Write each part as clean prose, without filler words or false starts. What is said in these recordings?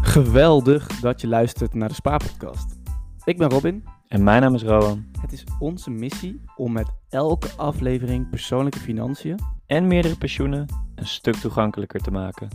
Geweldig dat je luistert naar de Spaarpodcast. Ik ben Robin. En mijn naam is Rowan. Het is onze missie om met elke aflevering persoonlijke financiën En meerdere pensioenen een stuk toegankelijker te maken.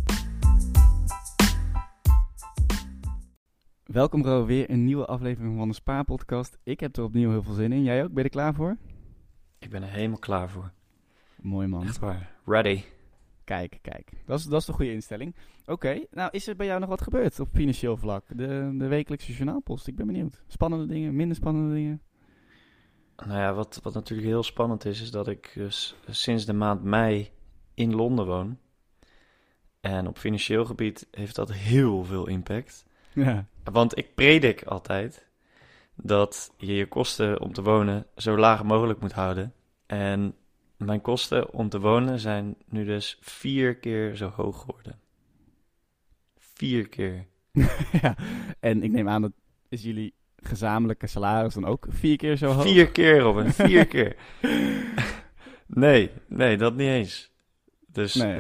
Welkom bro, weer een nieuwe aflevering van de Spaarpodcast. Ik heb er opnieuw heel veel zin in. Jij ook? Ben je er klaar voor? Ik ben er helemaal klaar voor. Mooi man. Echt waar. Ready. Kijk. Dat is de goede instelling. Oké, nou is er bij jou nog wat gebeurd op financieel vlak? De wekelijkse journaalpost, ik ben benieuwd. Spannende dingen, minder spannende dingen? Nou ja, wat natuurlijk heel spannend is dat ik dus sinds de maand mei in Londen woon. En op financieel gebied heeft dat heel veel impact. Ja. Want ik predik altijd dat je je kosten om te wonen zo laag mogelijk moet houden. En mijn kosten om te wonen zijn nu dus 4 keer zo hoog geworden. 4 keer. Ja, en ik neem aan dat is jullie gezamenlijke salaris dan ook 4 keer zo hoog? 4 keer, Robin. 4 keer. Nee, dat niet eens. Dus Nee.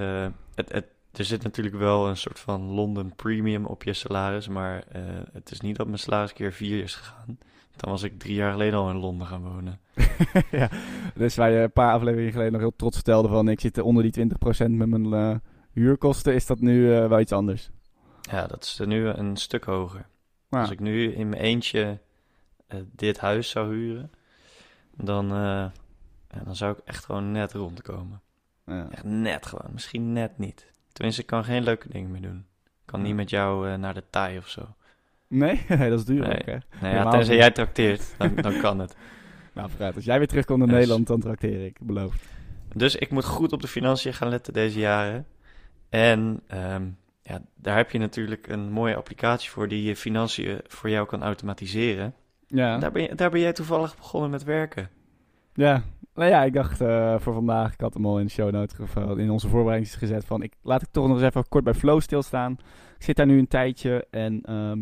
er zit natuurlijk wel een soort van London premium op je salaris, maar het is niet dat mijn salaris keer 4 is gegaan. Dan was ik 3 jaar geleden al in Londen gaan wonen. Ja, dus waar je een paar afleveringen geleden nog heel trots vertelde van ik zit onder die 20% met mijn huurkosten, is dat nu wel iets anders? Ja, dat is er nu een stuk hoger. Ja. Als ik nu in mijn eentje dit huis zou huren, dan zou ik echt gewoon net rondkomen. Ja. Echt net gewoon, misschien net niet. Tenminste, ik kan geen leuke dingen meer doen. Ik kan niet met jou naar de Thai of zo. Nee? Nee, dat is duur Nee. ook, hè? Nee, Helemaal tenzij niet. jij trakteert, dan kan het. Nou, vooruit. Als jij weer terugkomt naar Dus- Nederland, dan trakteer ik. Beloofd. Dus ik moet goed op de financiën gaan letten deze jaren. En daar heb je natuurlijk een mooie applicatie voor die je financiën voor jou kan automatiseren. Ja. Daar ben jij toevallig begonnen met werken. Ja. Nou ja, ik dacht voor vandaag, ik had hem al in de show notes in onze voorbereidingen gezet van, laat ik toch nog eens even kort bij Flow stilstaan. Ik zit daar nu een tijdje en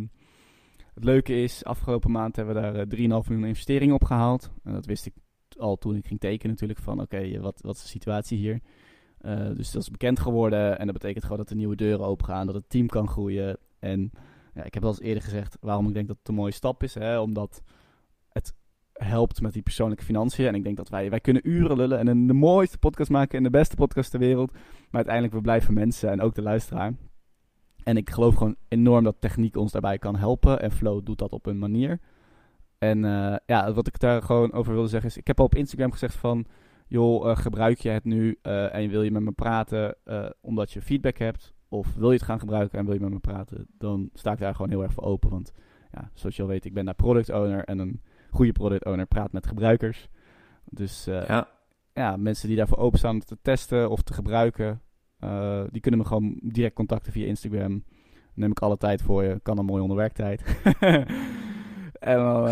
het leuke is, afgelopen maand hebben we daar 3,5 miljoen investeringen opgehaald. En dat wist ik al toen ik ging tekenen natuurlijk van, oké, wat is de situatie hier? Dus dat is bekend geworden en dat betekent gewoon dat er nieuwe deuren open gaan, dat het team kan groeien. En ja, ik heb al eens eerder gezegd waarom ik denk dat het een mooie stap is, hè? Omdat het helpt met die persoonlijke financiën. En ik denk dat wij kunnen uren lullen en de mooiste podcast maken en de beste podcast ter wereld. Maar uiteindelijk, we blijven mensen en ook de luisteraar. En ik geloof gewoon enorm dat techniek ons daarbij kan helpen. En Flow doet dat op een manier. En wat ik daar gewoon over wilde zeggen is, ik heb al op Instagram gezegd van, joh, gebruik je het nu en wil je met me praten omdat je feedback hebt? Of wil je het gaan gebruiken en wil je met me praten? Dan sta ik daar gewoon heel erg voor open. Want ja, zoals je al weet, ik ben daar product owner en een goede product owner praat met gebruikers. Dus mensen die daarvoor openstaan om te testen of te gebruiken, die kunnen me gewoon direct contacten via Instagram. Dan neem ik alle tijd voor je. Kan dan mooi onder werktijd. En dan,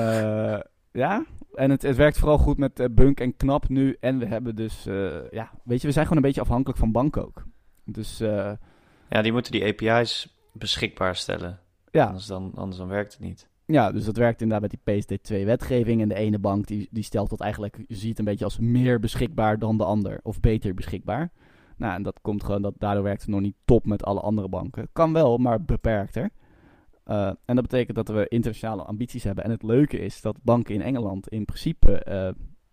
en het werkt vooral goed met Bunk en Knap nu. En we hebben dus, weet je, we zijn gewoon een beetje afhankelijk van banken ook. Dus die moeten die API's beschikbaar stellen. ja. Anders dan werkt het niet. Ja, dus dat werkt inderdaad met die PSD2-wetgeving. En de ene bank die stelt dat eigenlijk, je ziet een beetje als meer beschikbaar dan de ander. Of beter beschikbaar. Nou, en dat komt gewoon, daardoor werkt het nog niet top met alle andere banken. Kan wel, maar beperkter. En dat betekent dat we internationale ambities hebben. En het leuke is dat banken in Engeland in principe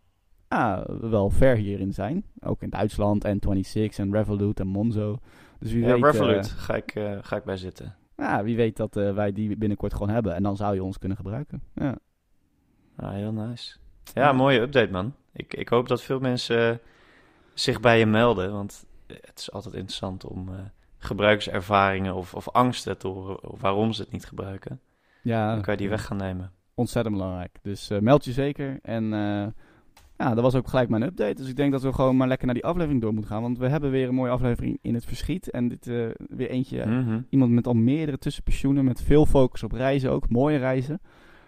wel ver hierin zijn. Ook in Duitsland, N26 en Revolut en Monzo. Dus wie weet, Revolut ga ik bij zitten. wie weet dat wij die binnenkort gewoon hebben. En dan zou je ons kunnen gebruiken. Ja. Heel nice. Ja, mooie update, man. Ik hoop dat veel mensen zich bij je melden. Want het is altijd interessant om gebruikservaringen of angsten te horen waarom ze het niet gebruiken. Ja, Dan kan je die weg gaan nemen. ontzettend belangrijk. Dus meld je zeker. En dat was ook gelijk mijn update. Dus ik denk dat we gewoon maar lekker naar die aflevering door moeten gaan. Want we hebben weer een mooie aflevering in het verschiet. En dit weer eentje, iemand met al meerdere tussenpensioenen. Met veel focus op reizen ook. Mooie reizen.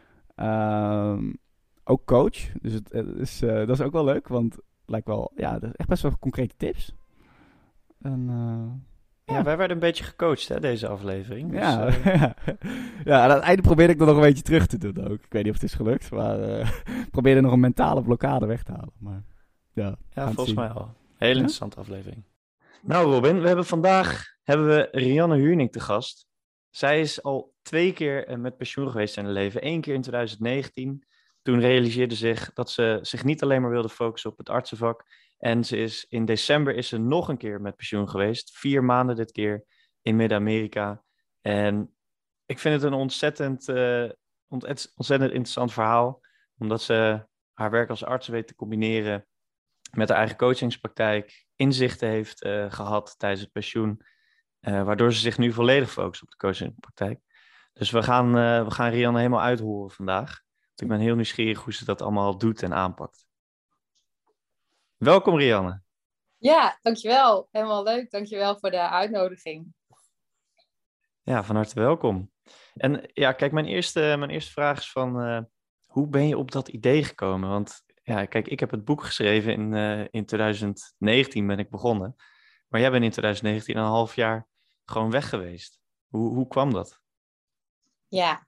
Ook coach. Dus dat is ook wel leuk. Want het lijkt wel, echt best wel concrete tips. En wij werden een beetje gecoacht, hè, deze aflevering. Dus, ja, aan het einde probeerde ik dat nog een beetje terug te doen ook. Ik weet niet of het is gelukt, maar ik probeerde nog een mentale blokkade weg te halen. Maar ja, volgens mij wel. Hele interessante aflevering. Nou Robin, we hebben vandaag Rianne Huurning te gast. Zij is al 2 keer met pensioen geweest in haar leven. 1 keer in 2019. Toen realiseerde zich dat ze zich niet alleen maar wilde focussen op het artsenvak. En in december is ze nog een keer met pensioen geweest. 4 maanden dit keer in Midden-Amerika. En ik vind het een ontzettend interessant verhaal. Omdat ze haar werk als arts weet te combineren met haar eigen coachingspraktijk. Inzichten heeft gehad tijdens het pensioen. Waardoor ze zich nu volledig focust op de coachingpraktijk. Dus we gaan Rianne helemaal uithoren vandaag. Want ik ben heel nieuwsgierig hoe ze dat allemaal doet en aanpakt. Welkom Rianne. Ja, dankjewel. Helemaal leuk. Dankjewel voor de uitnodiging. Ja, van harte welkom. En ja, kijk, mijn eerste vraag is van... hoe ben je op dat idee gekomen? Want ja, kijk, ik heb het boek geschreven in 2019 ben ik begonnen. Maar jij bent in 2019 een half jaar gewoon weg geweest. Hoe kwam dat? Ja,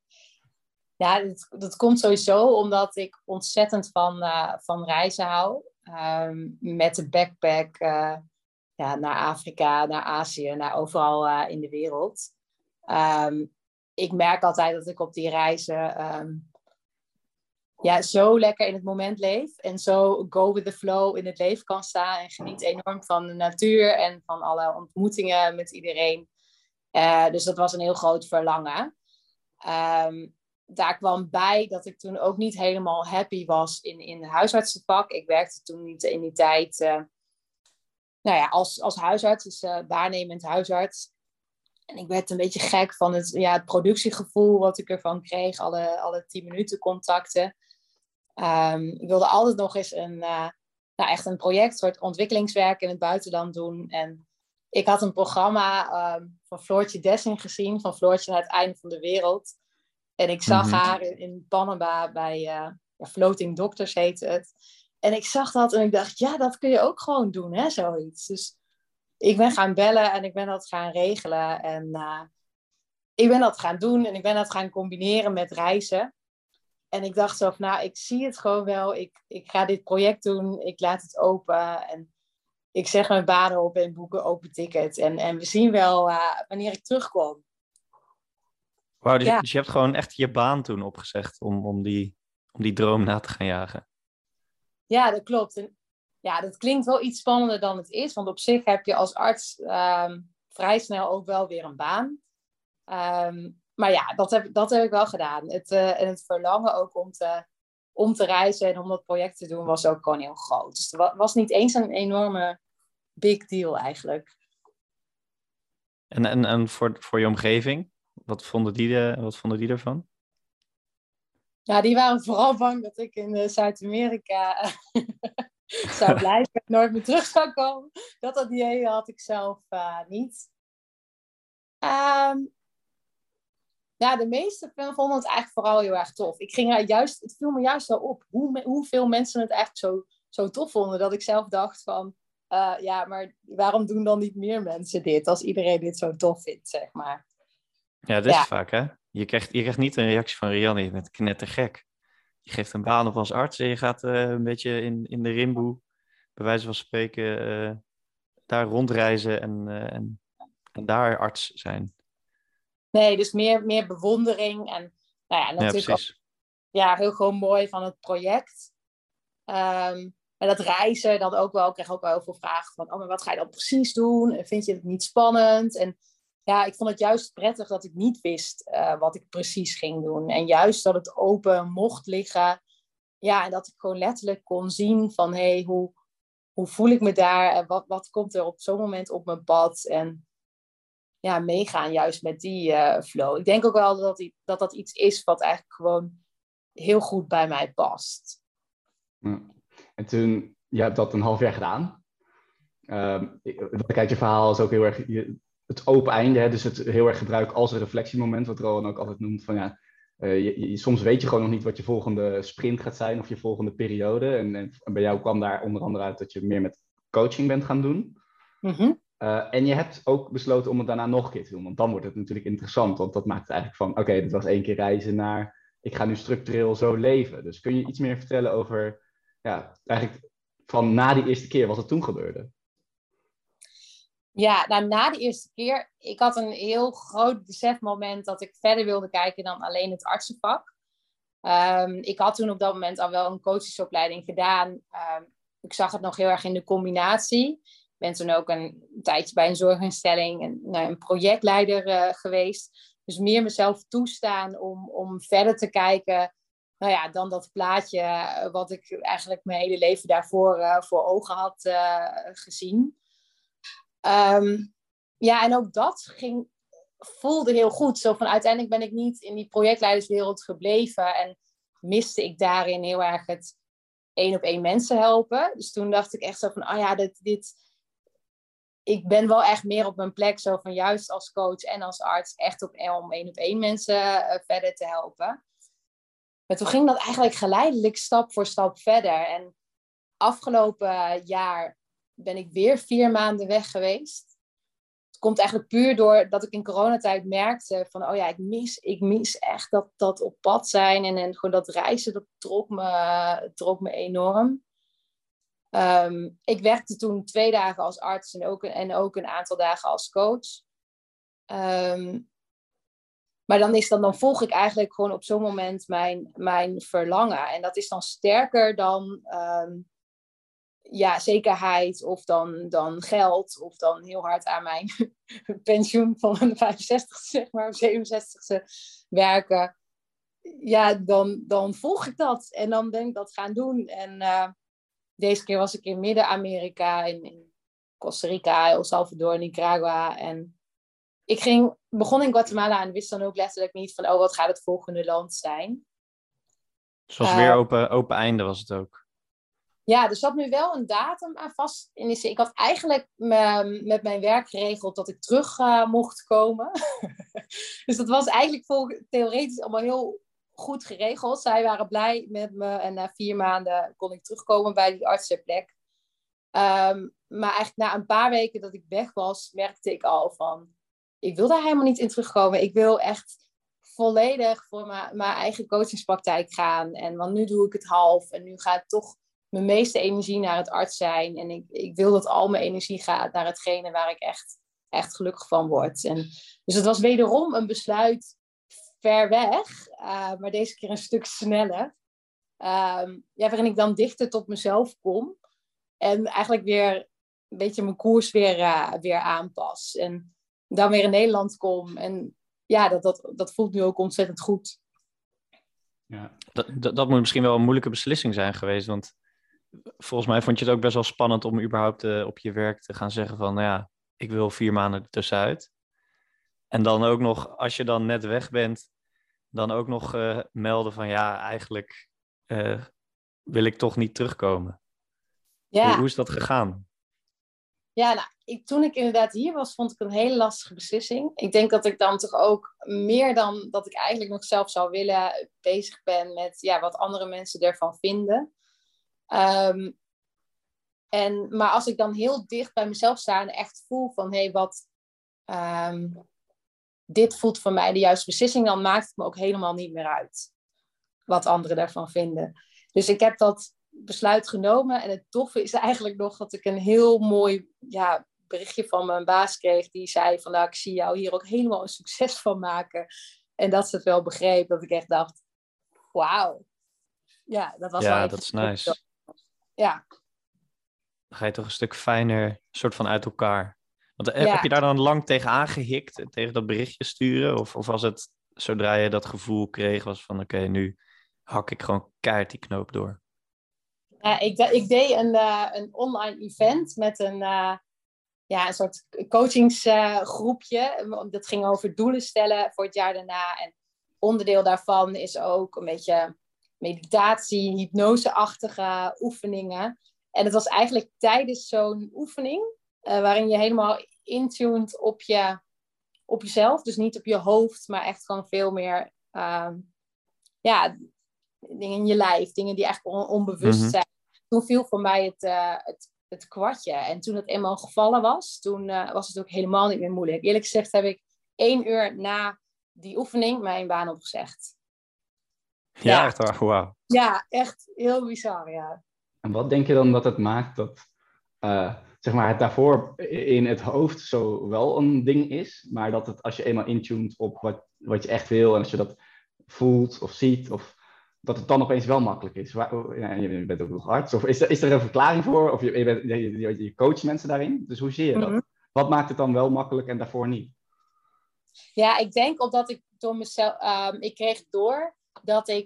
dat komt sowieso omdat ik ontzettend van reizen hou. Met de backpack naar Afrika, naar Azië, naar overal in de wereld. Ik merk altijd dat ik op die reizen zo lekker in het moment leef. En zo go with the flow in het leven kan staan. En geniet enorm van de natuur en van alle ontmoetingen met iedereen. Dus dat was een heel groot verlangen. Daar kwam bij dat ik toen ook niet helemaal happy was in de huisartsenvak. Ik werkte toen niet in die tijd als huisarts, dus waarnemend huisarts. En ik werd een beetje gek van het productiegevoel wat ik ervan kreeg. Alle 10 minuten contacten. Ik wilde altijd nog eens echt een project, soort ontwikkelingswerk in het buitenland doen. En ik had een programma van Floortje Dessing gezien, van Floortje naar het einde van de wereld. En ik zag haar in Panama bij Floating Doctors heette het. En ik zag dat en ik dacht, ja, dat kun je ook gewoon doen, hè, zoiets. Dus ik ben gaan bellen en ik ben dat gaan regelen. En ik ben dat gaan doen en ik ben dat gaan combineren met reizen. En ik dacht zo van, ik zie het gewoon wel. Ik ga dit project doen, ik laat het open. En ik zeg mijn banen op en boeken open ticket. En we zien wel wanneer ik terugkom. Wauw, dus je hebt gewoon echt je baan toen opgezegd om die droom na te gaan jagen. Ja, dat klopt. En ja, dat klinkt wel iets spannender dan het is. Want op zich heb je als arts vrij snel ook wel weer een baan. Maar ja, dat heb ik wel gedaan. En het verlangen ook om te reizen en om dat project te doen was ook gewoon heel groot. Dus het was niet eens een enorme big deal eigenlijk. En voor je omgeving, wat vonden die ervan? Ja, die waren vooral bang dat ik in Zuid-Amerika zou blijven en nooit meer terug zou komen. Dat idee had ik zelf niet. De meeste vonden het eigenlijk vooral heel erg tof. Het viel me juist wel op hoeveel mensen het eigenlijk zo tof vonden. Dat ik zelf dacht van, maar waarom doen dan niet meer mensen dit? Als iedereen dit zo tof vindt, zeg maar. Ja, dat is het vaak, hè? Je krijgt niet een reactie van Rianne, je bent knettergek. Je geeft een baan op als arts en je gaat een beetje in de rimboe, bij wijze van spreken, daar rondreizen en daar arts zijn. Nee, dus meer bewondering en natuurlijk precies. ook heel gewoon mooi van het project. En dat reizen dan ook wel, ik kreeg ook wel heel veel vragen van, maar wat ga je dan precies doen? En vind je het niet spannend? En ja, ik vond het juist prettig dat ik niet wist wat ik precies ging doen. En juist dat het open mocht liggen. Ja, en dat ik gewoon letterlijk kon zien van, hoe voel ik me daar? En wat komt er op zo'n moment op mijn pad? En ja, meegaan juist met die flow. Ik denk ook wel dat iets is wat eigenlijk gewoon heel goed bij mij past. En toen, je hebt dat een half jaar gedaan. Wat ik uit je verhaal is ook heel erg het open einde, hè? Dus het heel erg gebruiken als een reflectiemoment, wat Rowan ook altijd noemt van soms weet je gewoon nog niet wat je volgende sprint gaat zijn of je volgende periode. En bij jou kwam daar onder andere uit dat je meer met coaching bent gaan doen. Mm-hmm. En je hebt ook besloten om het daarna nog een keer te doen, want dan wordt het natuurlijk interessant, want dat maakt het eigenlijk van, oké, dit was 1 keer reizen naar, ik ga nu structureel zo leven. Dus kun je iets meer vertellen over, eigenlijk van na die eerste keer wat er toen gebeurde? Ja, nou, na de eerste keer, ik had een heel groot besefmoment dat ik verder wilde kijken dan alleen het artsenvak. Ik had toen op dat moment al wel een coachesopleiding gedaan. Ik zag het nog heel erg in de combinatie. Ik ben toen ook een tijdje bij een zorginstelling een projectleider geweest. Dus meer mezelf toestaan om verder te kijken. Nou ja, dan dat plaatje wat ik eigenlijk mijn hele leven daarvoor voor ogen had gezien. Ja, en ook dat voelde heel goed. Zo van uiteindelijk ben ik niet in die projectleiderswereld gebleven en miste ik daarin heel erg het 1-op-1 mensen helpen. Dus toen dacht ik echt zo van, ik ben wel echt meer op mijn plek, zo van juist als coach en als arts, echt om 1-op-1 mensen verder te helpen. Maar toen ging dat eigenlijk geleidelijk stap voor stap verder. En afgelopen jaar ben ik weer 4 maanden weg geweest. Het komt eigenlijk puur door dat ik in coronatijd merkte van, ik mis echt dat op pad zijn en gewoon dat reizen, dat trok me enorm. Ik werkte toen 2 dagen als arts en ook een aantal dagen als coach. Maar dan volg ik eigenlijk gewoon op zo'n moment mijn verlangen. En dat is dan sterker dan zekerheid of dan geld of dan heel hard aan mijn pensioen van de 65 zeg maar, of 67e werken. Ja, dan volg ik dat en dan ben ik dat gaan doen. En deze keer was ik in Midden-Amerika, in Costa Rica, El Salvador, Nicaragua. En ik begon in Guatemala en wist dan ook letterlijk niet van, wat gaat het volgende land zijn? Dus het was weer open einde was het ook. Ja, er zat nu wel een datum aan vast. Ik had eigenlijk met mijn werk geregeld dat ik terug mocht komen. Dus dat was eigenlijk theoretisch allemaal heel goed geregeld. Zij waren blij met me en na 4 maanden kon ik terugkomen bij die artsenplek. Maar eigenlijk na een paar weken dat ik weg was, merkte ik al van, ik wil daar helemaal niet in terugkomen. Ik wil echt volledig voor mijn eigen coachingspraktijk gaan. Want nu doe ik het half en nu gaat toch mijn meeste energie naar het arts zijn. En ik wil dat al mijn energie gaat naar hetgene waar ik echt gelukkig van word. Dus het was wederom een besluit ver weg, maar deze keer een stuk sneller. Waarin ik dan dichter tot mezelf kom. En eigenlijk weer een beetje mijn koers weer aanpas. En dan weer in Nederland kom. En ja, dat voelt nu ook ontzettend goed. Ja. Dat moet misschien wel een moeilijke beslissing zijn geweest. Want volgens mij vond je het ook best wel spannend om überhaupt op je werk te gaan zeggen van, nou ja, ik wil 4 maanden ertussenuit. En dan ook nog, als je dan net weg bent, dan ook nog melden van, ja, eigenlijk wil ik toch niet terugkomen. Ja. Hoe is dat gegaan? Ja, nou, toen ik inderdaad hier was, vond ik een hele lastige beslissing. Ik denk dat ik dan toch ook meer dan dat ik eigenlijk nog zelf zou willen bezig ben met wat andere mensen ervan vinden. Maar als ik dan heel dicht bij mezelf sta en echt voel van, dit voelt voor mij de juiste beslissing, dan maakt het me ook helemaal niet meer uit wat anderen daarvan vinden. Dus ik heb dat besluit genomen en het toffe is eigenlijk nog dat ik een heel mooi berichtje van mijn baas kreeg, die zei van, ik zie jou hier ook helemaal een succes van maken. En dat ze het wel begreep, dat ik echt dacht, wauw. Ja, dat was wel even... dat is nice. Ja. Dan ga je toch een stuk fijner soort van uit elkaar. Want heb je daar dan lang tegen aangehikt, tegen dat berichtje sturen? Of was het, zodra je dat gevoel kreeg, was van oké, nu hak ik gewoon keihard die knoop door? Ik deed een online event met een soort coachingsgroepje. Dat ging over doelen stellen voor het jaar daarna. En onderdeel daarvan is ook een beetje meditatie, hypnoseachtige oefeningen. En het was eigenlijk tijdens zo'n oefening, waarin je helemaal intuned op jezelf. Dus niet op je hoofd, maar echt gewoon veel meer dingen in je lijf. Dingen die eigenlijk onbewust zijn. Toen viel voor mij het kwartje. En toen het eenmaal gevallen was, toen was het ook helemaal niet meer moeilijk. Eerlijk gezegd heb ik 1 uur na die oefening mijn baan opgezegd. Ja, echt waar, wauw. Ja, echt heel bizar, ja. En wat denk je dan dat het maakt dat zeg maar, het daarvoor in het hoofd zo wel een ding is, maar dat het als je eenmaal intuned op wat je echt wil en als je dat voelt of ziet, of dat het dan opeens wel makkelijk is. Ja, je bent ook nog arts, of is er een verklaring voor? Of je coacht mensen daarin, dus hoe zie je dat? Wat maakt het dan wel makkelijk en daarvoor niet? Ja, ik denk omdat ik door mezelf... ik kreeg door dat ik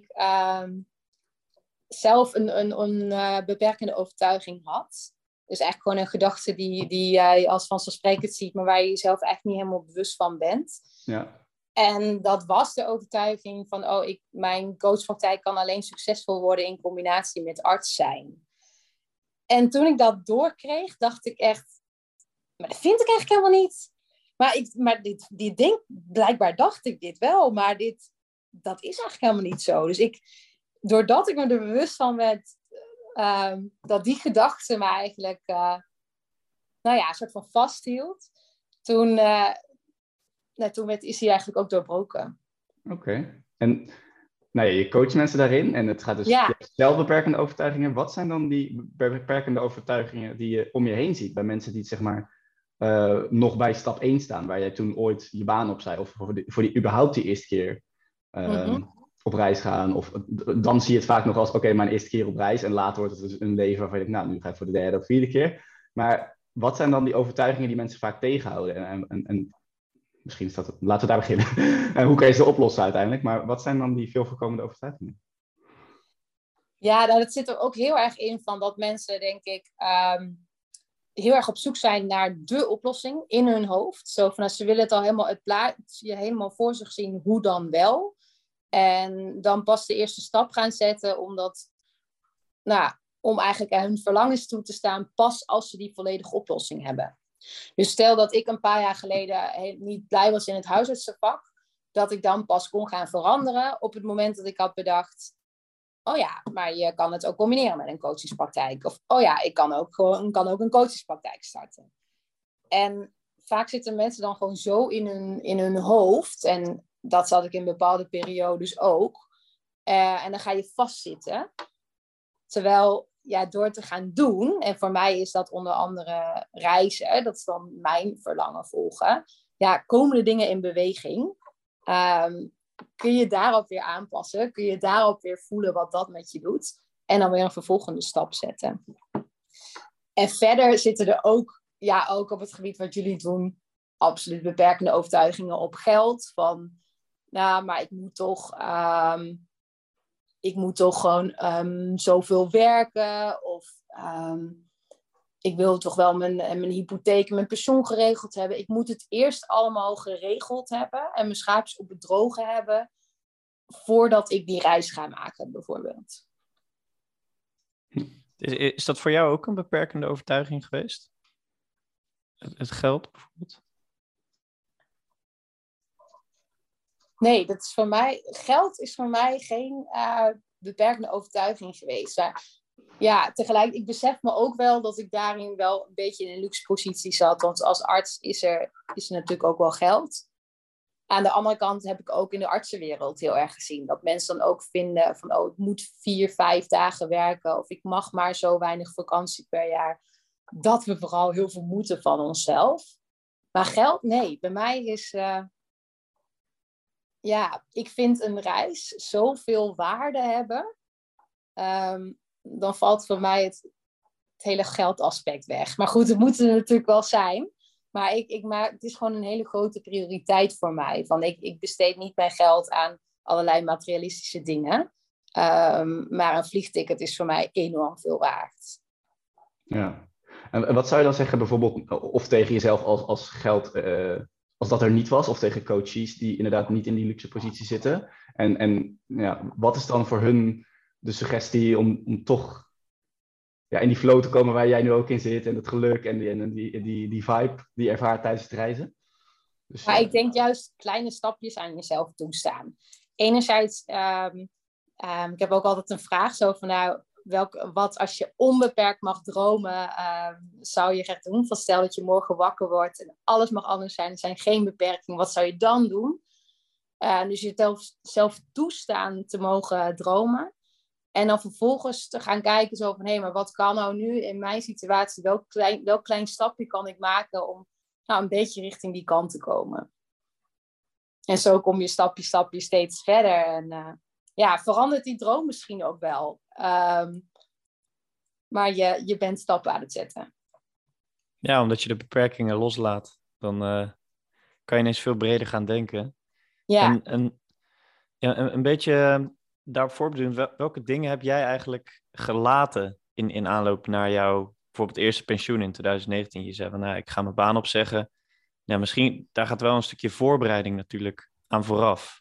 zelf een beperkende overtuiging had. Dus eigenlijk gewoon een gedachte die jij als vanzelfsprekend ziet, maar waar je jezelf echt niet helemaal bewust van bent. Ja. En dat was de overtuiging van, mijn coachpraktijk kan alleen succesvol worden in combinatie met arts zijn. En toen ik dat doorkreeg, dacht ik echt, maar dat vind ik eigenlijk helemaal niet. Maar dit ding, blijkbaar dacht ik dit wel, maar dat is eigenlijk helemaal niet zo. Dus doordat ik me er bewust van werd, dat die gedachte me eigenlijk, een soort van vasthield, toen is hij eigenlijk ook doorbroken. Oké. En nou ja, je coacht mensen daarin en het gaat dus zelfbeperkende overtuigingen. Wat zijn dan die beperkende overtuigingen die je om je heen ziet bij mensen die zeg maar nog bij stap 1 staan, waar jij toen ooit je baan opzij of voor die überhaupt die eerste keer op reis gaan? Of dan zie je het vaak nog als mijn eerste keer op reis en later wordt het dus een leven waarvan je denkt, nu ga ik voor de 3e of 4e keer. Maar wat zijn dan die overtuigingen die mensen vaak tegenhouden? En misschien is dat het. Laten we daar beginnen. En hoe kan je ze oplossen uiteindelijk? Maar wat zijn dan die veel voorkomende overtuigingen? Ja, dat zit er ook heel erg in van dat mensen, denk ik, heel erg op zoek zijn naar de oplossing in hun hoofd. Zo van, ze willen het al helemaal, het plaatje helemaal voor zich zien, hoe dan wel. En dan pas de eerste stap gaan zetten om eigenlijk aan hun verlangens toe te staan, pas als ze die volledige oplossing hebben. Dus stel dat ik een paar jaar geleden niet blij was in het huisartsenvak, dat ik dan pas kon gaan veranderen op het moment dat ik had bedacht, maar je kan het ook combineren met een coachingspraktijk. Of ik kan ook een coachingspraktijk starten. En vaak zitten mensen dan gewoon zo in hun hoofd, en dat zat ik in bepaalde periodes ook. En dan ga je vastzitten. Terwijl, door te gaan doen, en voor mij is dat onder andere reizen, dat is dan mijn verlangen volgen. Ja, komen de dingen in beweging? Kun je daarop weer aanpassen? Kun je daarop weer voelen wat dat met je doet? En dan weer een vervolgende stap zetten. En verder zitten er ook op het gebied wat jullie doen, absoluut beperkende overtuigingen op geld. Van, maar ik moet toch gewoon zoveel werken. Of ik wil toch wel mijn hypotheek en mijn pensioen geregeld hebben. Ik moet het eerst allemaal geregeld hebben en mijn schaapjes op bedrogen hebben voordat ik die reis ga maken, bijvoorbeeld. Is dat voor jou ook een beperkende overtuiging geweest? Het geld bijvoorbeeld? Nee, geld is voor mij geen beperkende overtuiging geweest. Maar tegelijk, ik besef me ook wel dat ik daarin wel een beetje in een luxe positie zat. Want als arts is er natuurlijk ook wel geld. Aan de andere kant heb ik ook in de artsenwereld heel erg gezien. Dat mensen dan ook vinden van, ik moet 4-5 dagen werken. Of ik mag maar zo weinig vakantie per jaar. Dat we vooral heel veel moeten van onszelf. Maar geld, nee. Bij mij is... ik vind een reis zoveel waarde hebben. Dan valt voor mij het hele geldaspect weg. Maar goed, het moet er natuurlijk wel zijn. Maar het is gewoon een hele grote prioriteit voor mij. Van ik besteed niet mijn geld aan allerlei materialistische dingen. Maar een vliegticket is voor mij enorm veel waard. Ja. En wat zou je dan zeggen bijvoorbeeld, of tegen jezelf als geld... als dat er niet was, of tegen coaches die inderdaad niet in die luxe positie zitten. En wat is dan voor hun de suggestie om toch in die flow te komen waar jij nu ook in zit, en het geluk en die vibe die je ervaart tijdens het reizen? Dus, maar ik denk juist kleine stapjes aan jezelf toestaan. Enerzijds, ik heb ook altijd een vraag zo van, wat als je onbeperkt mag dromen, zou je graag doen? Van stel dat je morgen wakker wordt en alles mag anders zijn, er zijn geen beperkingen, wat zou je dan doen? Dus jezelf toestaan te mogen dromen. En dan vervolgens te gaan kijken zo van, hé, maar wat kan nou nu in mijn situatie, welk klein stapje kan ik maken om nou een beetje richting die kant te komen. En zo kom je stapje steeds verder. En verandert die droom misschien ook wel. Maar je bent stappen aan het zetten. Ja, omdat je de beperkingen loslaat, dan kan je ineens veel breder gaan denken. Ja. En een beetje daarop voorbeduren, welke dingen heb jij eigenlijk gelaten in aanloop naar jouw bijvoorbeeld eerste pensioen in 2019? Je zei van, nou, ik ga mijn baan opzeggen. Ja, misschien, daar gaat wel een stukje voorbereiding natuurlijk aan vooraf.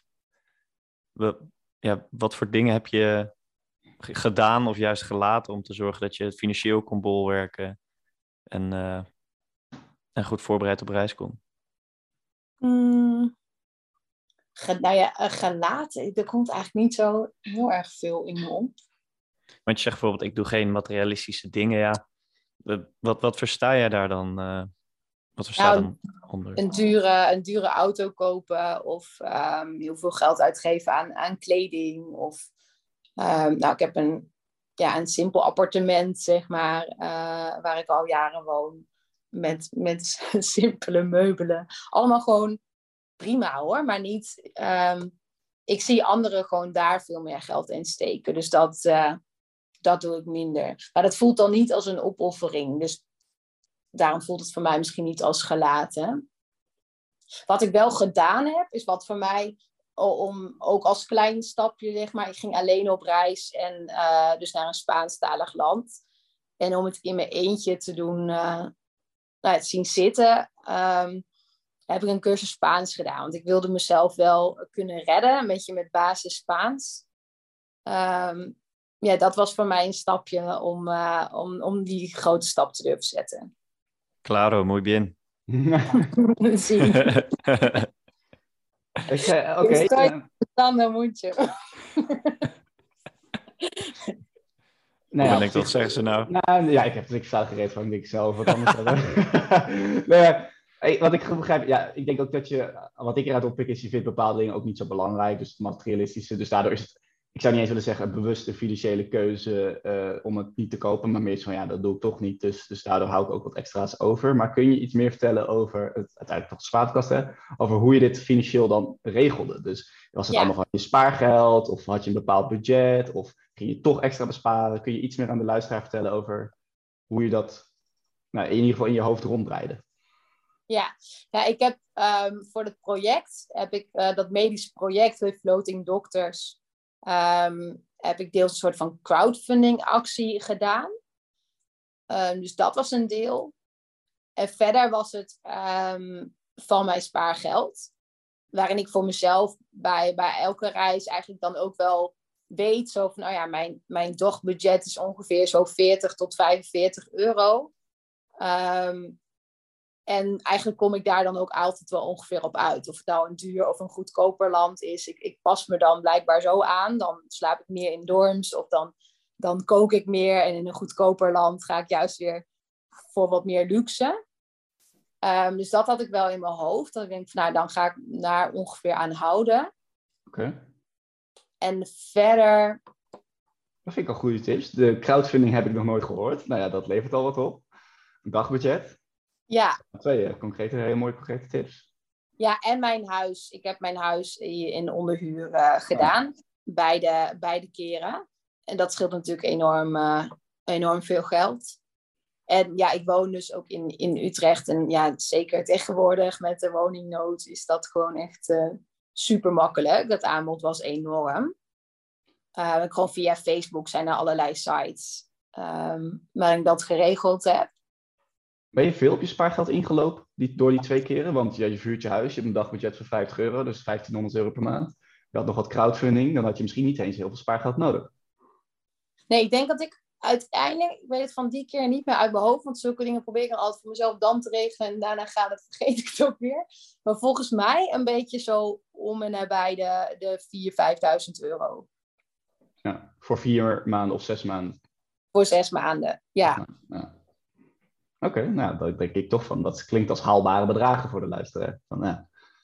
Wat voor dingen heb je gedaan of juist gelaten om te zorgen dat je financieel kon bolwerken en goed voorbereid op reis kon? Gelaten. Er komt eigenlijk niet zo heel erg veel in me op. Want je zegt bijvoorbeeld, ik doe geen materialistische dingen. Ja. Wat versta jij daar dan? Wat versta je dan onder? Een dure auto kopen of heel veel geld uitgeven aan kleding. Of ik heb een simpel appartement, zeg maar, waar ik al jaren woon. Met simpele meubelen. Allemaal gewoon prima hoor, maar niet... ik zie anderen gewoon daar veel meer geld in steken. Dus dat doe ik minder. Maar dat voelt dan niet als een opoffering. Dus daarom voelt het voor mij misschien niet als gelaten. Wat ik wel gedaan heb, is wat voor mij... ook als klein stapje, zeg maar. Ik ging alleen op reis en dus naar een Spaanstalig land. En om het in mijn eentje te doen... het zien zitten... heb ik een cursus Spaans gedaan. Want ik wilde mezelf wel kunnen redden. Een beetje met basis Spaans. Dat was voor mij een stapje om die grote stap te durven zetten. Claro, muy bien. Zie. Oké. Dan moet je. Nou ja, wat zeggen ze nou? Ja, ik versta er gereed van. Ik zelf wat anders hebben. Wat ik goed begrijp, ja, ik denk ook dat wat ik eruit oppik is, je vindt bepaalde dingen ook niet zo belangrijk, dus het materialistische. Dus daardoor is het, ik zou niet eens willen zeggen, een bewuste financiële keuze om het niet te kopen, maar meer zo van, ja, dat doe ik toch niet, dus daardoor hou ik ook wat extra's over. Maar kun je iets meer vertellen over, uiteindelijk toch de spaatkast, hè, over hoe je dit financieel dan regelde? Dus was het allemaal gewoon je spaargeld, of had je een bepaald budget, of ging je toch extra besparen? Kun je iets meer aan de luisteraar vertellen over hoe je dat in ieder geval in je hoofd ronddraaide? Ja, ik heb voor het project, dat medische project with Floating Doctors, heb ik deels een soort van crowdfunding actie gedaan. Dus dat was een deel. En verder was het van mijn spaargeld, waarin ik voor mezelf bij elke reis eigenlijk dan ook wel weet, zo van, mijn dagbudget is ongeveer zo 40 tot 45 euro. En eigenlijk kom ik daar dan ook altijd wel ongeveer op uit. Of het nou een duur of een goedkoper land is. Ik pas me dan blijkbaar zo aan. Dan slaap ik meer in dorms. Of dan kook ik meer. En in een goedkoper land ga ik juist weer voor wat meer luxe. Dus dat had ik wel in mijn hoofd. Dat ik denk van, dan ga ik daar ongeveer aan houden. Oké. En verder... Dat vind ik al goede tips. De crowdfunding heb ik nog nooit gehoord. Nou ja, dat levert al wat op. Een dagbudget. Ja. 2 hele mooie concrete tips. Ja, en mijn huis. Ik heb mijn huis in onderhuur gedaan. Beide keren. En dat scheelt natuurlijk enorm veel geld. En ja, ik woon dus ook in Utrecht. En ja, zeker tegenwoordig met de woningnood is dat gewoon echt super makkelijk. Dat aanbod was enorm. Gewoon via Facebook zijn er allerlei sites waar ik dat geregeld heb. Ben je veel op je spaargeld ingelopen door die 2 keren? Want je verhuurt je huis, je hebt een dagbudget van 50 euro, dus 1500 euro per maand. Je had nog wat crowdfunding, dan had je misschien niet eens heel veel spaargeld nodig. Nee, ik denk dat ik uiteindelijk, ik weet het van die keer niet meer uit mijn hoofd, want zulke dingen probeer ik dan altijd voor mezelf dan te regelen en daarna vergeet ik het ook weer. Maar volgens mij een beetje zo om en nabij de 4.000, 5.000 euro. Ja, voor 4 maanden of 6 maanden? Voor 6 maanden, ja. Oké, nou, dat denk ik toch van. Dat klinkt als haalbare bedragen voor de luisteraar.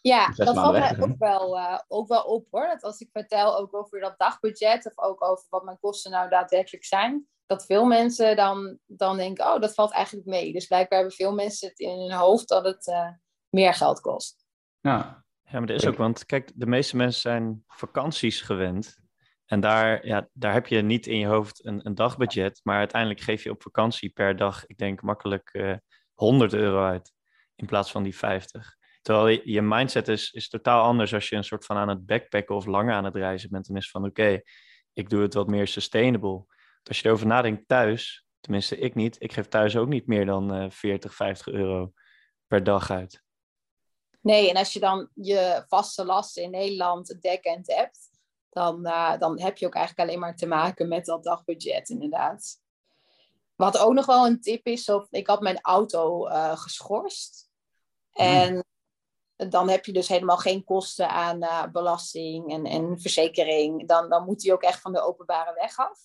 Ja, om 6 dat maanden valt weg te mij gaan. ook wel op hoor. Dat als ik vertel ook over dat dagbudget of ook over wat mijn kosten nou daadwerkelijk zijn, dat veel mensen dan denken, oh, dat valt eigenlijk mee. Dus blijkbaar hebben veel mensen het in hun hoofd dat het meer geld kost. Ja, Ja, maar dat is ook, want kijk, de meeste mensen zijn vakanties gewend. En daar heb je niet in je hoofd een dagbudget, maar uiteindelijk geef je op vakantie per dag, ik denk makkelijk €100 uit, in plaats van die 50. Terwijl je mindset is totaal anders als je een soort van aan het backpacken of langer aan het reizen bent. Dan is van oké, ik doe het wat meer sustainable. Want als je erover nadenkt thuis, tenminste ik niet, ik geef thuis ook niet meer dan 40, €50 per dag uit. Nee, en als je dan je vaste lasten in Nederland dekkend hebt, dan heb je ook eigenlijk alleen maar te maken met dat dagbudget, inderdaad. Wat ook nog wel een tip is, ik had mijn auto geschorst. En dan heb je dus helemaal geen kosten aan belasting en verzekering. Dan moet die ook echt van de openbare weg af.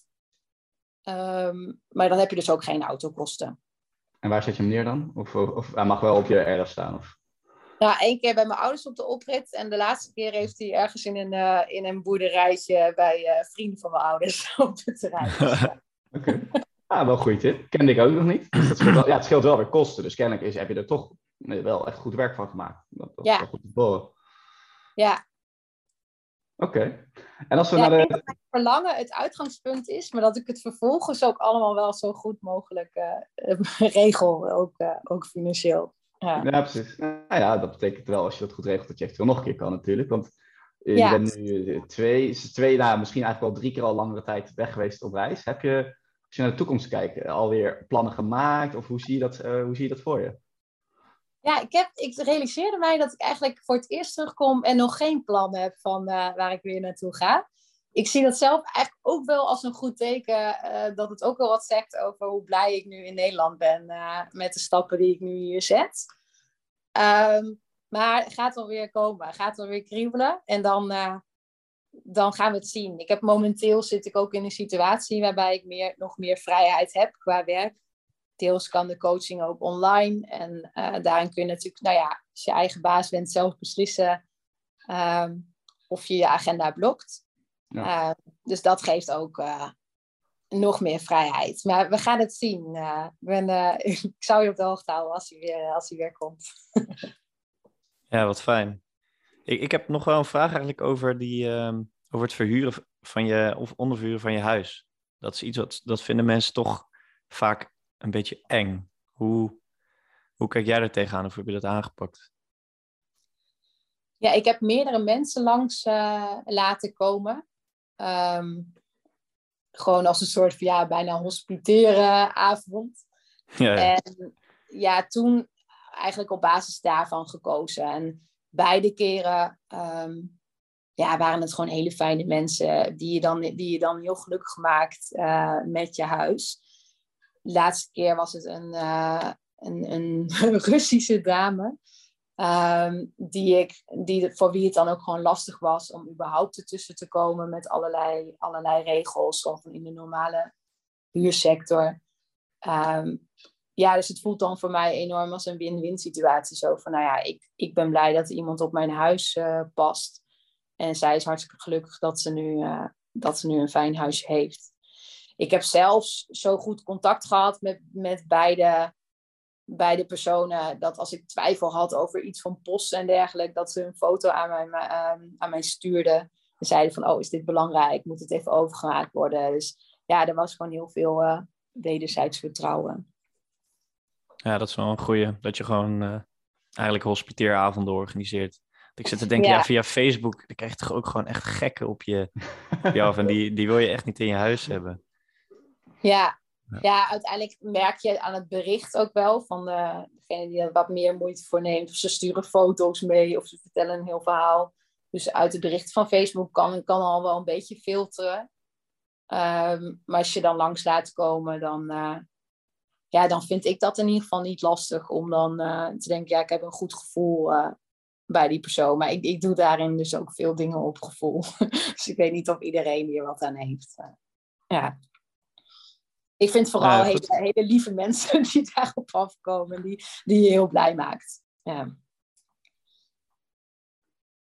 Maar dan heb je dus ook geen autokosten. En waar zet je hem neer dan? Of hij mag wel op je erf staan? Of... Nou, 1 keer bij mijn ouders op de oprit. En de laatste keer heeft hij ergens in een boerderijtje bij vrienden van mijn ouders op het terrein gestaan. Oké. Ah, wel een goede tip. Kende ik ook nog niet. Dus dat scheelt wel, ja, het scheelt wel weer kosten. Dus kennelijk heb je er toch wel echt goed werk van gemaakt. Dat is wel goed te horen. Ja. Oké. En als we Ik naar denk de... dat mijn verlangen het uitgangspunt is, maar dat ik het vervolgens ook allemaal wel zo goed mogelijk regel, ook financieel. Ja. Ja, precies. Nou ja, dat betekent wel, als je dat goed regelt, dat je eventueel nog een keer kan natuurlijk. Want je Ja. bent nu misschien eigenlijk wel 3 keer al langere tijd weg geweest op reis. Heb je, als je naar de toekomst kijkt, alweer plannen gemaakt? Of hoe zie je dat voor je? Ja, ik realiseerde mij dat ik eigenlijk voor het eerst terugkom en nog geen plan heb van waar ik weer naartoe ga. Ik zie dat zelf eigenlijk ook wel als een goed teken, dat het ook wel wat zegt over hoe blij ik nu in Nederland ben met de stappen die ik nu hier zet. Maar het gaat wel weer komen, het gaat wel weer kriebelen en dan gaan we het zien. Momenteel zit ik ook in een situatie waarbij ik nog meer vrijheid heb qua werk. Deels kan de coaching ook online. En daarin kun je natuurlijk, als je eigen baas bent, zelf beslissen of je je agenda blokt. Ja. Dus dat geeft ook nog meer vrijheid. Maar we gaan het zien. Ik zou je op de hoogte houden als hij weer komt. Ja, wat fijn. Ik heb nog wel een vraag eigenlijk over het verhuren van of onderverhuren van je huis. Dat is iets dat vinden mensen toch vaak een beetje eng. Hoe kijk jij er tegenaan of hoe heb je dat aangepakt? Ja, ik heb meerdere mensen langs laten komen. Gewoon als een soort van bijna hospiteren avond. Ja. En toen eigenlijk op basis daarvan gekozen. En beide keren waren het gewoon hele fijne mensen die je dan heel gelukkig maakt met je huis. De laatste keer was het een Russische dame. Voor wie het dan ook gewoon lastig was om überhaupt ertussen te komen met allerlei regels, of in de normale huursector. Dus het voelt dan voor mij enorm als een win-win situatie. Zo van, ik ben blij dat iemand op mijn huis past. En zij is hartstikke gelukkig dat ze nu een fijn huis heeft. Ik heb zelfs zo goed contact gehad met beide personen, dat als ik twijfel had over iets van post en dergelijke, dat ze een foto aan mij stuurden. En zeiden van, oh, is dit belangrijk? Moet het even overgemaakt worden? Dus er was gewoon heel veel wederzijds vertrouwen. Ja, dat is wel een goeie. Dat je gewoon eigenlijk hospiteeravonden organiseert. Ik zit te denken, via Facebook, dan krijg je toch ook gewoon echt gekken op je af. En die wil je echt niet in je huis hebben. Ja, uiteindelijk merk je aan het bericht ook wel van degene die er wat meer moeite voor neemt. Of ze sturen foto's mee of ze vertellen een heel verhaal. Dus uit het bericht van Facebook kan al wel een beetje filteren. Maar als je dan langs laat komen, dan vind ik dat in ieder geval niet lastig om dan te denken, ik heb een goed gevoel bij die persoon. Maar ik doe daarin dus ook veel dingen op gevoel. Dus ik weet niet of iedereen hier wat aan heeft. Ik vind vooral hele lieve mensen die daarop afkomen, die je heel blij maakt. Ja.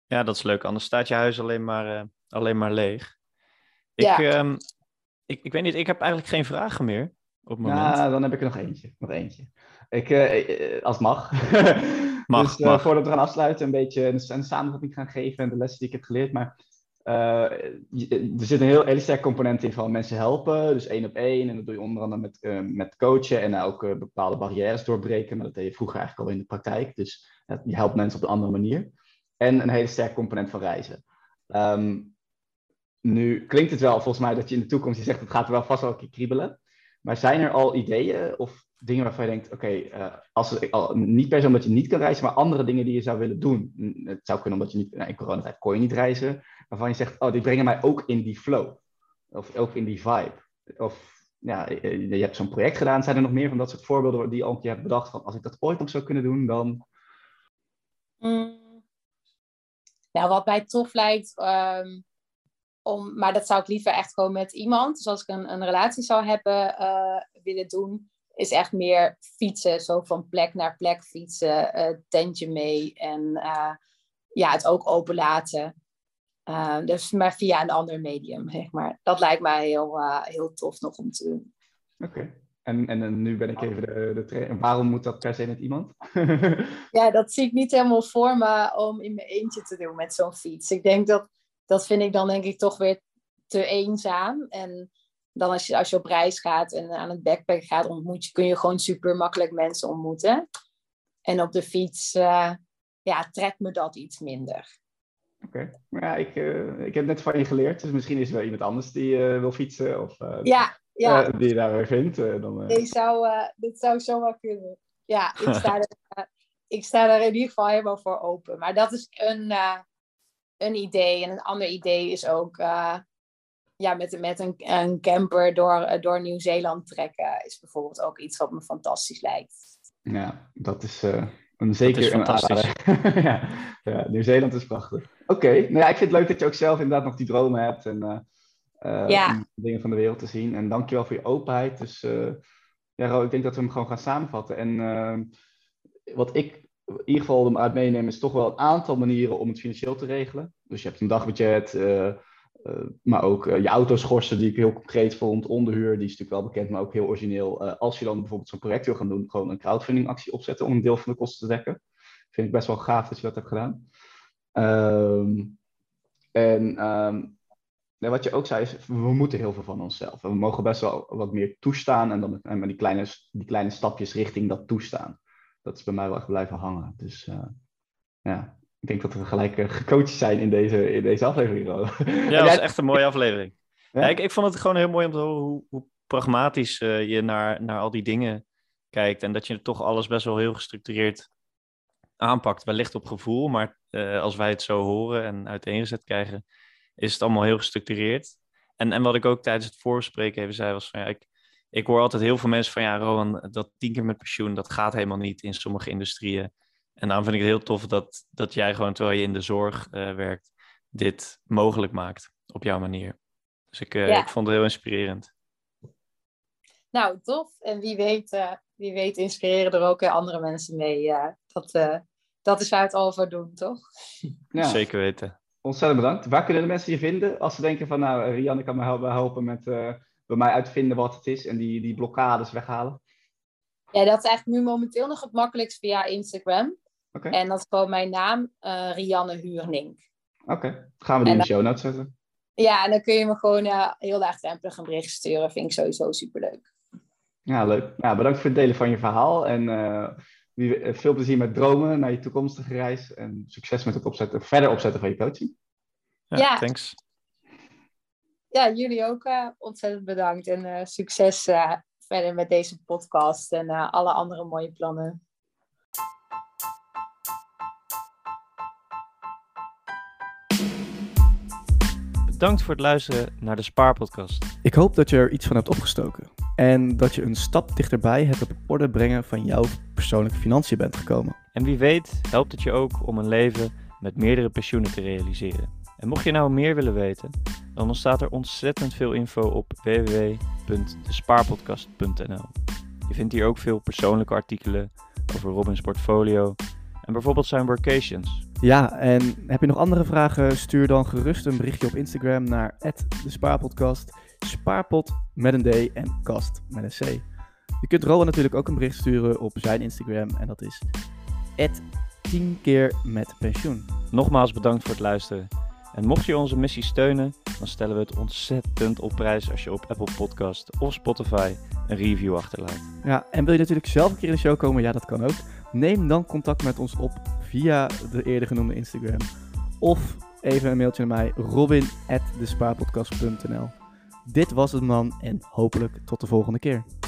Ja, dat is leuk. Anders staat je huis alleen maar leeg. Ja. Ik weet niet, ik heb eigenlijk geen vragen meer op het moment. Nou, dan heb ik er nog eentje. Als het mag. Mag. Voordat we gaan afsluiten, een beetje een samenvatting gaan geven en de lessen die ik heb geleerd. Maar er zit een hele sterke component in van mensen helpen. Dus 1 op 1. En dat doe je onder andere met coachen en ook bepaalde barrières doorbreken. Maar dat deed je vroeger eigenlijk al in de praktijk. Dus je helpt mensen op een andere manier. En een hele sterke component van reizen. Nu klinkt het wel volgens mij dat je in de toekomst, je zegt het gaat er wel vast wel een keer kriebelen. Maar zijn er al ideeën of dingen waarvan je denkt, niet per se omdat je niet kan reizen, maar andere dingen die je zou willen doen? Het zou kunnen omdat je niet, in coronatijd kon je niet reizen, waarvan je zegt, die brengen mij ook in die flow. Of ook in die vibe. Of ja, je hebt zo'n project gedaan. Zijn er nog meer van dat soort voorbeelden die je al een keer hebt bedacht van, als ik dat ooit nog zou kunnen doen, dan... Nou, wat mij tof lijkt... maar dat zou ik liever echt gewoon met iemand. Dus als ik een relatie zou hebben willen doen, is echt meer fietsen. Zo van plek naar plek fietsen, tentje mee en het ook openlaten. Dus maar via een ander medium, zeg maar. Dat lijkt mij heel tof nog om te doen. Oké. En nu ben ik even de trainer. Waarom moet dat per se met iemand? Ja, dat zie ik niet helemaal voor me om in mijn eentje te doen met zo'n fiets. Ik denk dat vind ik dan denk ik toch weer te eenzaam. En dan als je op reis gaat en aan het backpacken gaat, kun je gewoon super makkelijk mensen ontmoeten. En op de fiets trekt me dat iets minder. Oké. Ja, ik heb net van je geleerd. Dus misschien is er wel iemand anders die wil fietsen. Of die je daar weer vindt. Dit zou zomaar kunnen. Ja, ik sta er in ieder geval helemaal voor open. Maar dat is een idee. En een ander idee is ook met een camper door Nieuw-Zeeland trekken. Is bijvoorbeeld ook iets wat me fantastisch lijkt. Ja, dat is zeker een aanrader. ja, Nieuw-Zeeland is prachtig. Oké, nou ja, ik vind het leuk dat je ook zelf inderdaad nog die dromen hebt. En om dingen van de wereld te zien. En dankjewel voor je openheid. Dus Ro, ik denk dat we hem gewoon gaan samenvatten. En wat ik in ieder geval uit meenemen is toch wel een aantal manieren om het financieel te regelen. Dus je hebt een dagbudget, maar ook je auto schorsen die ik heel concreet vond. Onderhuur, die is natuurlijk wel bekend, maar ook heel origineel. Als je dan bijvoorbeeld zo'n project wil gaan doen, gewoon een crowdfunding actie opzetten om een deel van de kosten te dekken. Vind ik best wel gaaf dat je dat hebt gedaan. Wat je ook zei is, we moeten heel veel van onszelf. En we mogen best wel wat meer toestaan en die kleine stapjes richting dat toestaan. Dat is bij mij wel echt blijven hangen. Dus ik denk dat we gelijk gecoacht zijn in deze aflevering. Ja, dat is echt een mooie aflevering. Ja? Ja, ik vond het gewoon heel mooi om te horen hoe pragmatisch je naar al die dingen kijkt. En dat je toch alles best wel heel gestructureerd aanpakt. Wellicht op gevoel, maar als wij het zo horen en uiteengezet krijgen, is het allemaal heel gestructureerd. En wat ik ook tijdens het voorgesprek even zei, was van ik hoor altijd heel veel mensen van Rowan, dat 10 keer met pensioen, dat gaat helemaal niet in sommige industrieën. En daarom vind ik het heel tof dat jij gewoon, terwijl je in de zorg werkt, dit mogelijk maakt op jouw manier. Dus ik vond het heel inspirerend. Nou, tof. En wie weet inspireren er ook andere mensen mee. Dat is waar we het al voor doen, toch? Ja. Zeker weten. Ontzettend bedankt. Waar kunnen de mensen je vinden als ze denken van, Rianne kan me helpen met bij mij uitvinden wat het is en die blokkades weghalen? Ja, dat is eigenlijk nu momenteel nog het makkelijkst via Instagram. Okay. En dat is gewoon mijn naam, Rianne Huurnink. Oké, gaan we die in de show notes zetten. Ja, en dan kun je me gewoon heel laagdrempelig een bericht sturen. Vind ik sowieso superleuk. Ja, leuk. Ja, bedankt voor het delen van je verhaal. En veel plezier met dromen naar je toekomstige reis. En succes met het verder opzetten van je coaching. Ja, thanks. Ja, jullie ook ontzettend bedankt. En succes verder met deze podcast en alle andere mooie plannen. Bedankt voor het luisteren naar de Spaarpodcast. Ik hoop dat je er iets van hebt opgestoken. En dat je een stap dichterbij het op orde brengen van jouw persoonlijke financiën bent gekomen. En wie weet helpt het je ook om een leven met meerdere pensioenen te realiseren. En mocht je nou meer willen weten, dan ontstaat er ontzettend veel info op www.despaarpodcast.nl. Je vindt hier ook veel persoonlijke artikelen over Robins portfolio en bijvoorbeeld zijn workations. Ja, en heb je nog andere vragen? Stuur dan gerust een berichtje op Instagram naar @despaarpodcast. Spaarpot met een D en kast met een C. Je kunt Rowan natuurlijk ook een bericht sturen op zijn Instagram en dat is 10 keer met pensioen. Nogmaals bedankt voor het luisteren. En mocht je onze missie steunen, dan stellen we het ontzettend op prijs als je op Apple Podcast of Spotify een review achterlaat. Ja, en wil je natuurlijk zelf een keer in de show komen? Ja, dat kan ook. Neem dan contact met ons op via de eerder genoemde Instagram. Of even een mailtje naar mij, robin@despaarpodcast.nl. Dit was het man en hopelijk tot de volgende keer.